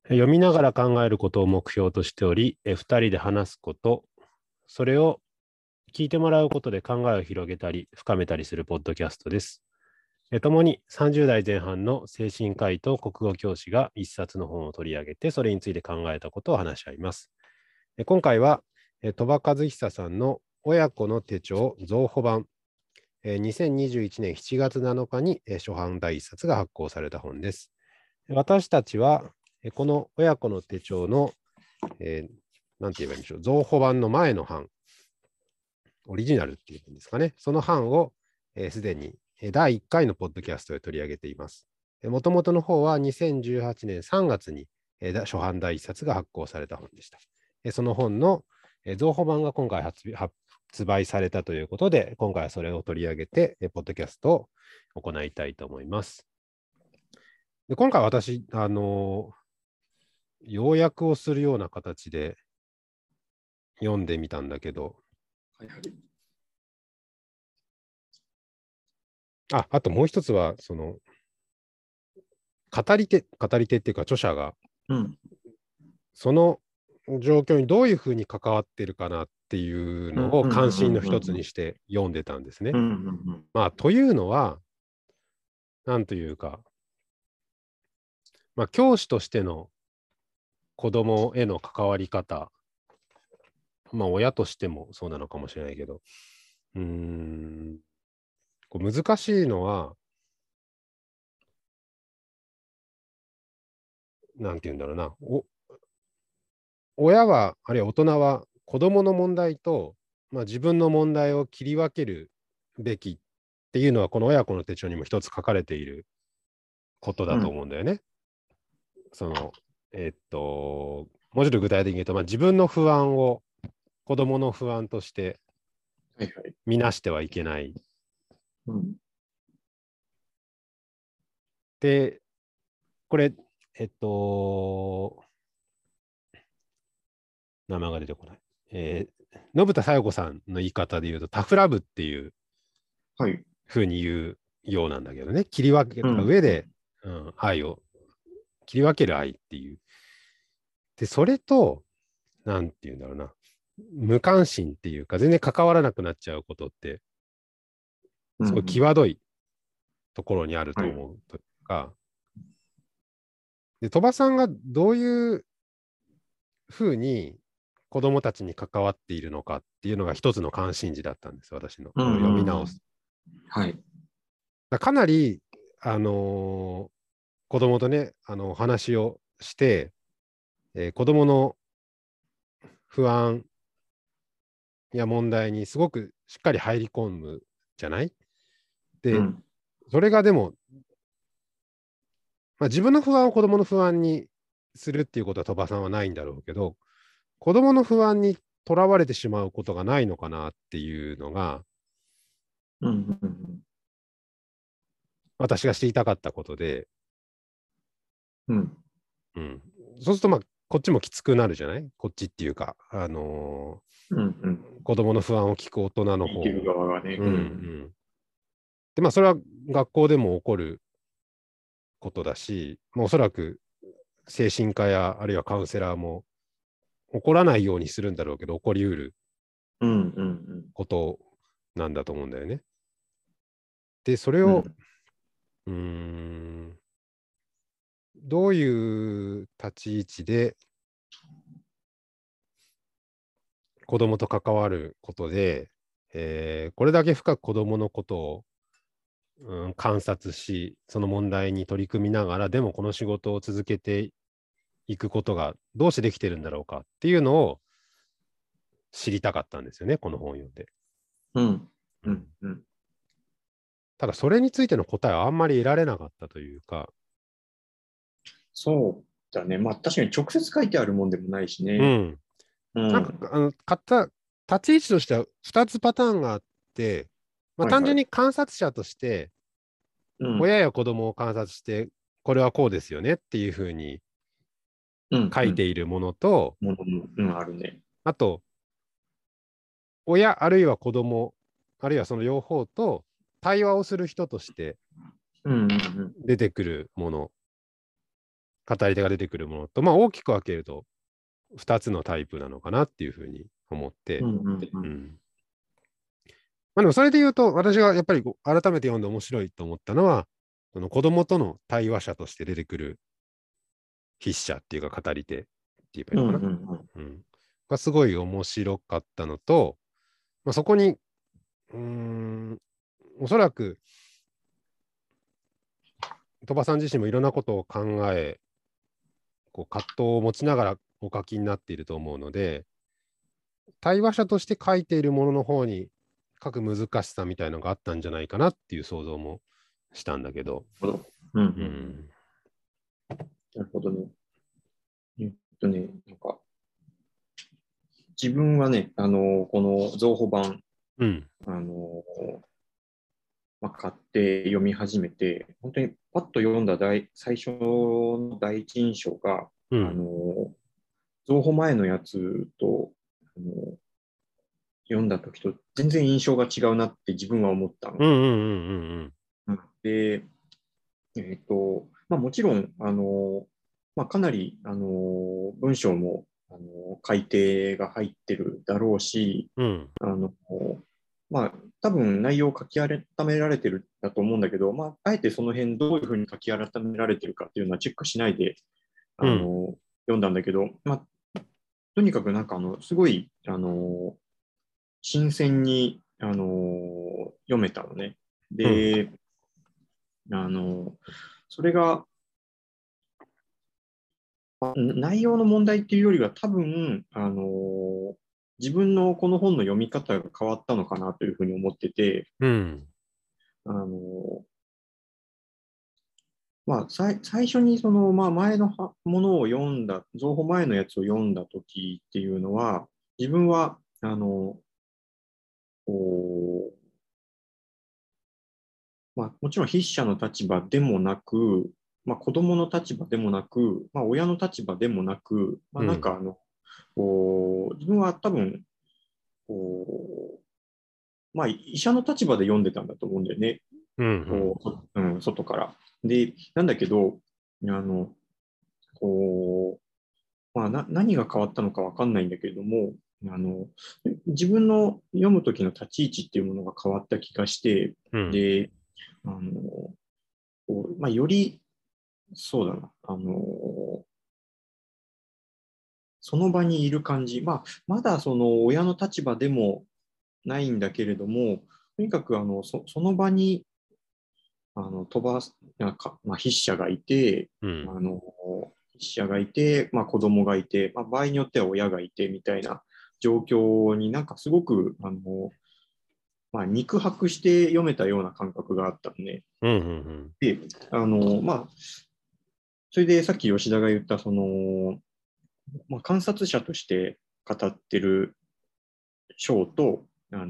読みながら考えることを目標としており、2人で話すこと、それを聞いてもらうことで考えを広げたり、深めたりするポッドキャストです。共に30代前半の精神科医と国語教師が一冊の本を取り上げて、それについて考えたことを話し合います。今回は、鳥羽和久さんの親子の手帳増補版、2021年7月7日に初版第1冊が発行された本です。私たちは、この親子の手帳の、なんて言えばいいんでしょう、増補版の前の版、オリジナルっていうんですかね、その版をすでに第1回のポッドキャストで取り上げています。もともとの方は2018年3月に初版第1冊が発行された本でした。その本の増補版が今回発売されたということで、今回はそれを取り上げて、ポッドキャストを行いたいと思います。で今回私、要約をするような形で読んでみたんだけど、 はいはい、 あともう一つは、その、語り手っていうか著者が、その状況にどういうふうに関わってるかなっていうのを関心の一つにして読んでたんですね。まあ、というのは、なんというか、まあ、教師としての子供への関わり方、まあ、親としてもそうなのかもしれないけど、難しいのは、なんて言うんだろうな、親は、あるいは大人は子供の問題と、まあ、自分の問題を切り分けるべきっていうのは、この親子の手帳にも一つ書かれていることだと思うんだよね。その、もうちょっと具体的に言うと、まあ、自分の不安を子供の不安として見なしてはいけない。で、これ、名前が出てこない。信田小夜子さんの言い方で言うと、タフラブっていうふうに言うようなんだけどね、切り分けた上で、愛を切り分ける愛っていう。で、それと、なんていうんだろうな、無関心っていうか、全然関わらなくなっちゃうことって、すごい際どいところにあると思うというか、で、鳥羽さんがどういうふうに子供たちに関わっているのかっていうのが一つの関心事だったんです、私の。読み直す。かなり、子供とね、話をして、子供の不安や問題にすごくしっかり入り込むじゃないで、それがでも、まあ、自分の不安を子供の不安にするっていうことは鳥羽さんはないんだろうけど、子供の不安にとらわれてしまうことがないのかなっていうのが、私が知りたかったことで、そうすると、まあ、こっちもきつくなるじゃない？こっちっていうか、子供の不安を聞く大人の方。で、まあ、それは学校でも起こることだし、まあ、おそらく精神科やあるいはカウンセラーも起こらないようにするんだろうけど、起こりうることなんだと思うんだよね。で、それを、どういう立ち位置で子供と関わることで、これだけ深く子供のことを、観察し、その問題に取り組みながら、でもこの仕事を続けていくことがどうしてできてるんだろうかっていうのを知りたかったんですよね、この本を読んで。ただ、それについての答えはあんまり得られなかったというか。 そうだね。まあ、確かに直接書いてあるもんでもないしね。 なんか、立ち位置としては2つパターンがあって、まあ、単純に観察者として、親や子供を観察して、これはこうですよねっていうふうに書いているものと、あと、親あるいは子供、あるいはその両方と対話をする人として出てくるもの語り手が出てくるものと、まあ、大きく分けると2つのタイプなのかなっていうふうに思って、まあ、でもそれで言うと、私がやっぱり改めて読んで面白いと思ったのは、その子供との対話者として出てくる筆者っていうか語り手って言えばいいのかな、がすごい面白かったのと、まあ、そこにおそらく鳥羽さん自身もいろんなことを考え、こう葛藤を持ちながらお書きになっていると思うので、対話者として書いているものの方に書く難しさみたいなのがあったんじゃないかなっていう想像もしたんだけど。 なるほどね。なんか、自分はね、この増補版、買って読み始めて、本当にパッと読んだ最初の第一印象が、増補前のやつと、読んだ時と全然印象が違うなって自分は思ったの。で、もちろん、かなり、文章も、改訂が入ってるだろうし、多分内容を書き改められてるんだと思うんだけど、あえてその辺どういうふうに書き改められてるかっていうのはチェックしないで、読んだんだけど、とにかくなんかすごい、新鮮に、読めたのね。で、それが、内容の問題っていうよりは多分、自分のこの本の読み方が変わったのかなというふうに思ってて、最初にその、前のものを読んだ、増補前のやつを読んだ時っていうのは、自分は、もちろん筆者の立場でもなく、子供の立場でもなく、親の立場でもなく、なんか自分は多分、医者の立場で読んでたんだと思うんだよね。外から。で、なんだけど、何が変わったのかわかんないんだけれども、自分の読む時の立ち位置っていうものが変わった気がして、で、より、そうだな、その場にいる感じ、まだその親の立場でもないんだけれども、とにかくその場に筆者がいて、筆者がいて、子供がいて、場合によっては親がいてみたいな状況になんかすごく肉薄して読めたような感覚があったのね。で、それでさっき吉田が言ったその、観察者として語ってる章と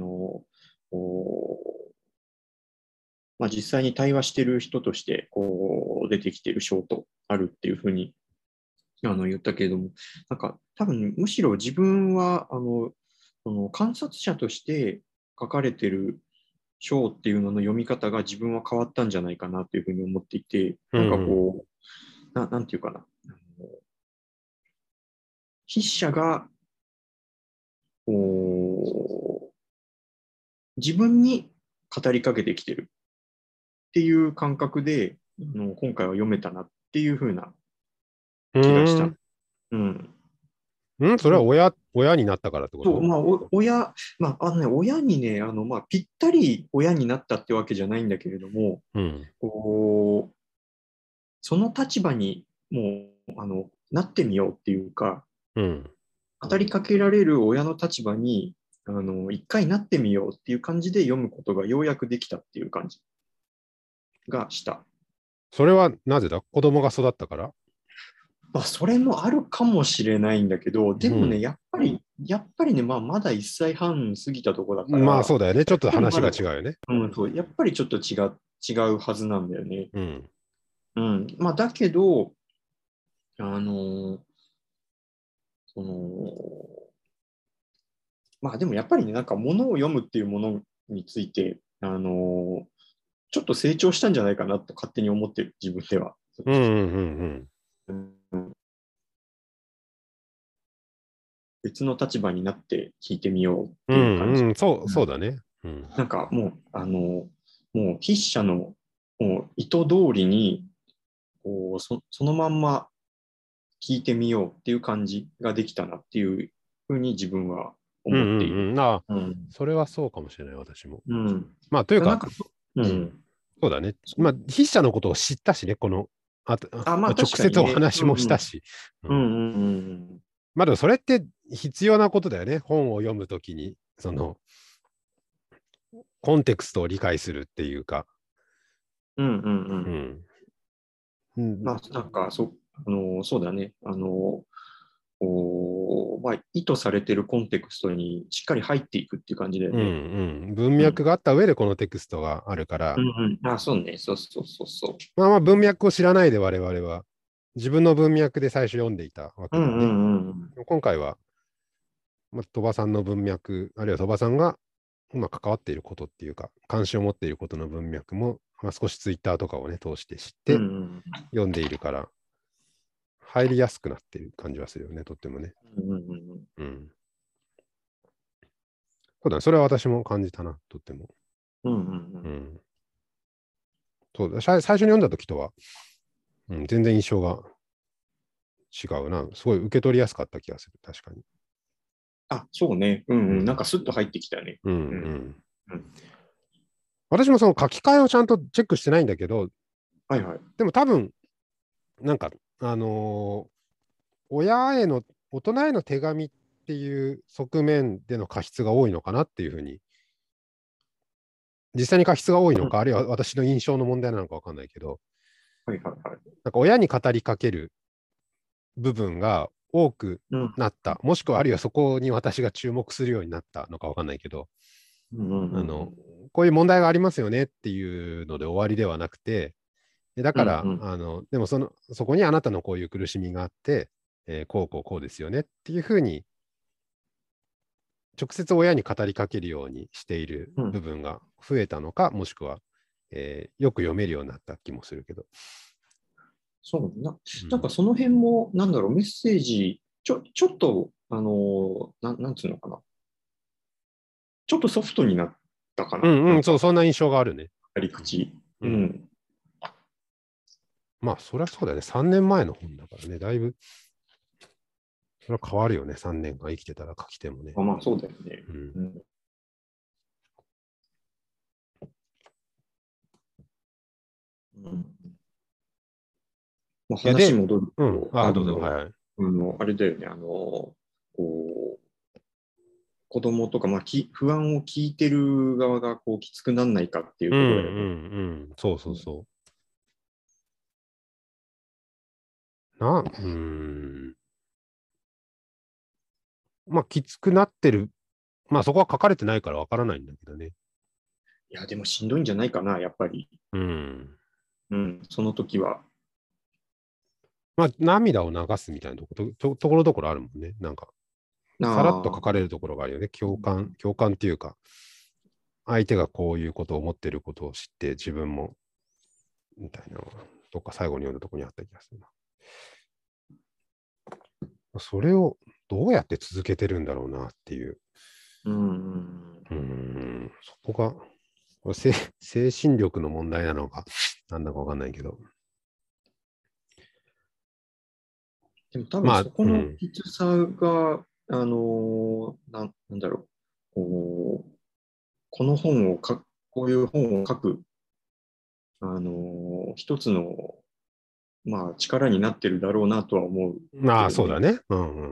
実際に対話してる人としてこう出てきてる章とあるっていうふうに言ったけれども、なんか多分むしろ自分はその観察者として書かれてる章っていうのの読み方が自分は変わったんじゃないかなというふうに思っていて、なんかこう、なんていうかな、筆者が自分に語りかけてきてるっていう感覚で今回は読めたなっていうふうな気がした。 それは親になったからってこと？ そう、親にね、ぴったり親になったってわけじゃないんだけれども、こうその立場にもうなってみようっていうか、語りかけられる親の立場に一回なってみようっていう感じで読むことがようやくできたっていう感じがした。 それはなぜだ？子供が育ったから？ それもあるかもしれないんだけど、でもね、やっぱりね、まだ1歳半過ぎたとこだから。 そうだよね。ちょっと話が違うよね。 そう、やっぱりちょっと違うはずなんだよね。だけど、でもやっぱりね、なんか物を読むっていうものについて、ちょっと成長したんじゃないかなと勝手に思ってる、自分では。 別の立場になって聞いてみようっていう感じ。 そうだね。 なんかもう筆者のもう意図通りにこうそのまんま聞いてみようっていう感じができたなっていうふうに自分は思っている。 それはそうかもしれない、私も。 うん。 まあ、というか、 そうだね。まあ、筆者のことを知ったしね、この、 まあ、 直接お話もしたし。まあ、でもそれって必要なことだよね。本を読むときに、その、コンテクストを理解するっていうか。 まあ、なんか、そうだね。まあ、意図されてるコンテクストにしっかり入っていくっていう感じだよね。 文脈があった上でこのテクストがあるから。 そうね。そう。 まあ文脈を知らないで我々は自分の文脈で最初読んでいたわけだね。今回は、鳥羽さんの文脈、あるいは鳥羽さんが今関わっていることっていうか、関心を持っていることの文脈も、少しツイッターとかをね、通して知って読んでいるから、入りやすくなっている感じはするよね、とってもね。そうだね、それは私も感じたな、とっても。そうだ、最初に読んだ時とは、全然印象が違うな。すごい受け取りやすかった気がする、確かに。 そうね。なんかスッと入ってきたね。 私もその書き換えをちゃんとチェックしてないんだけど、でも多分、なんか、親への、大人への手紙っていう側面での過失が多いのかなっていうふうに、実際に過失が多いのか、あるいは私の印象の問題なのか分かんないけど、なんか親に語りかける部分が多くなった、もしくはあるいはそこに私が注目するようになったのか分かんないけど、こういう問題がありますよねっていうので終わりではなくて、だから、でもそこにあなたのこういう苦しみがあって、こうですよねっていうふうに、直接親に語りかけるようにしている部分が増えたのか、もしくは、よく読めるようになった気もするけど。 なんかその辺も、なんだろう、メッセージ、ちょっと、なんつうのかな。ちょっとソフトになったかな。 そう、そんな印象があるね。 やり口。 まあ、そりゃそうだよね。3年前の本だからね、だいぶ、それは変わるよね。3年間生きてたら書き手もね。 まあ、そうだよね。話戻ると、 どうぞ、はい。 あれだよね、子供とか、不安を聞いてる側がきつくならないかっていうところだよね。 そう。まあ、きつくなってる。まあ、そこは書かれてないからわからないんだけどね。 いや、でもしんどいんじゃないかな、やっぱり。その時は。 まあ、涙を流すみたいなところどころあるもんね。なんか、さらっと書かれるところがあるよね。共感っていうか、相手がこういうことを思ってることを知って自分も、みたいなのが、どっか最後に読んだところにあった気がするな。それをどうやって続けてるんだろうなっていう。そこが、精神力の問題なのか、なんだかわかんないけど。 でも多分そこのきつさが、なんだろう、この本をこういう本を書く、一つの、力になってるだろうなとは思う、 ね。そうだね。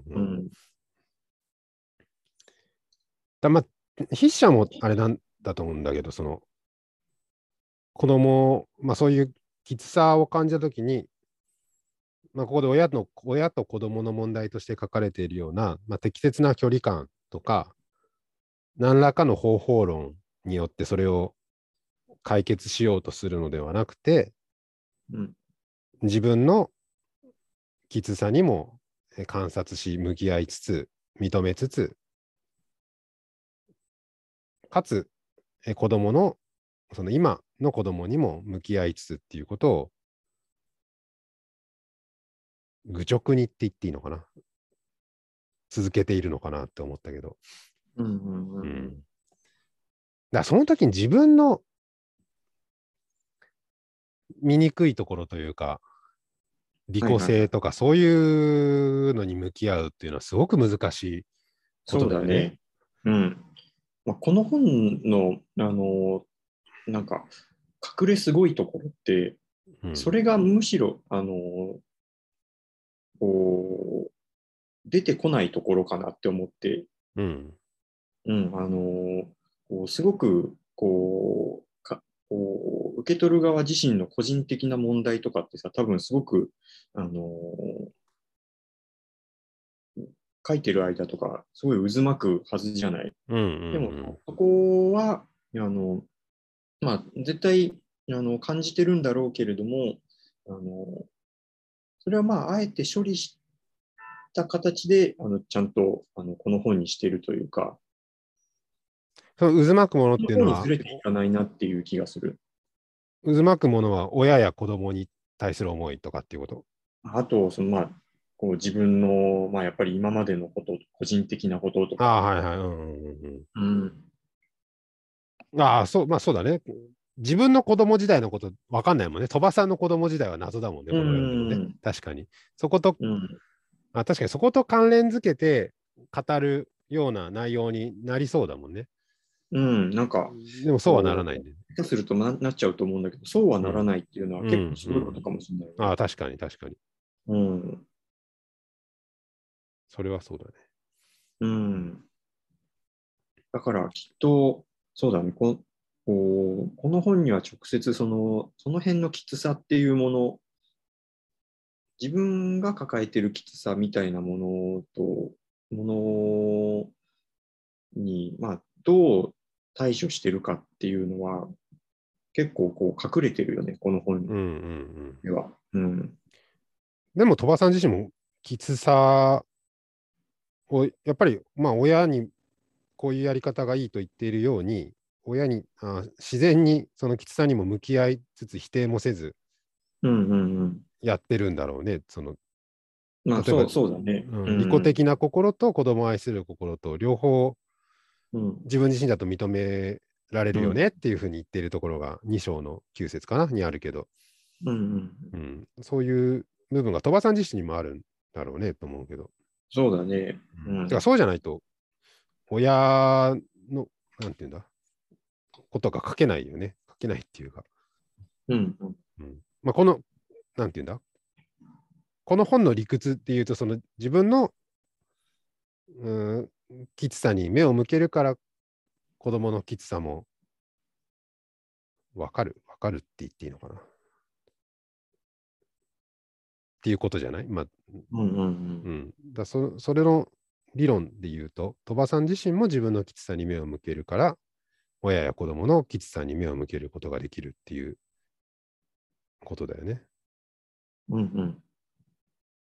筆者もあれなんだと思うんだけど、その、子供、そういうきつさを感じたときに、ここで親と子供の問題として書かれているような、適切な距離感とか、何らかの方法論によってそれを解決しようとするのではなくて、自分のきつさにも観察し、向き合いつつ、認めつつ、かつ、子供の、その今の子供にも向き合いつつっていうことを、愚直にって言っていいのかな。 続けているのかなって思ったけど。 だからその時に自分の醜いところというか、利己性とかそういうのに向き合うっていうのはすごく難しいことだよね。 そうだね。まあ、この本の、なんか、隠れすごいところって、それがむしろ、こう、出てこないところかなって思って、すごく、受け取る側自身の個人的な問題とかってさ、多分すごく、書いてる間とか、すごい渦巻くはずじゃない。でも、そこは、まあ、絶対、感じてるんだろうけれども、それはまあ、あえて処理した形で、ちゃんと、この本にしてるというか、 その渦巻くものっていうのは、 ずれていかないなっていう気がする。 渦巻くものは親や子供に対する思いとかっていうこと？ あと、まあ、自分の、まあ、やっぱり今までのこと、個人的なこととか。 はいはい。ああ、そう、まあそうだね。自分の子供時代のこと分かんないもんね。鳥羽さんの子供時代は謎だもんね、この読んでもね。確かに。そこと、確かにそこと関連づけて語るような内容になりそうだもんね。 なんか、 でもそうはならないんで。 下手するとなっちゃうと思うんだけど、そうはならないっていうのは結構すごいことかもしれない、ね。 ああ、確かに確かに。それはそうだね。 だからきっと、そうだね、この本には直接その辺のきつさっていうもの、自分が抱えてるきつさみたいなものに、まあ、どう対処してるかっていうのは、結構隠れてるよね、この本では。 でも鳥羽さん自身もきつさをやっぱりまあ親にこういうやり方がいいと言っているように親に自然にそのきつさにも向き合いつつ否定もせずやってるんだろうね。 まあ、 例えばそうだね。 利己的な心と子供を愛する心と両方自分自身だと認められるよねっていうふうに言っているところが2章の9節かなにあるけど、そういう部分が鳥羽さん自身にもあるんだろうねと思うけど。 そうだね。 だからそうじゃないと親のなんていうんだことが書けないよね。書けないっていうか。まあこのなんていうんだこの本の理屈っていうとその自分のきつさに目を向けるから子供のきつさも分かるって言っていいのかなっていうことじゃない？まあ、だそれの理論で言うと鳥羽さん自身も自分のきつさに目を向けるから親や子供のきつさに目を向けることができるっていうことだよね。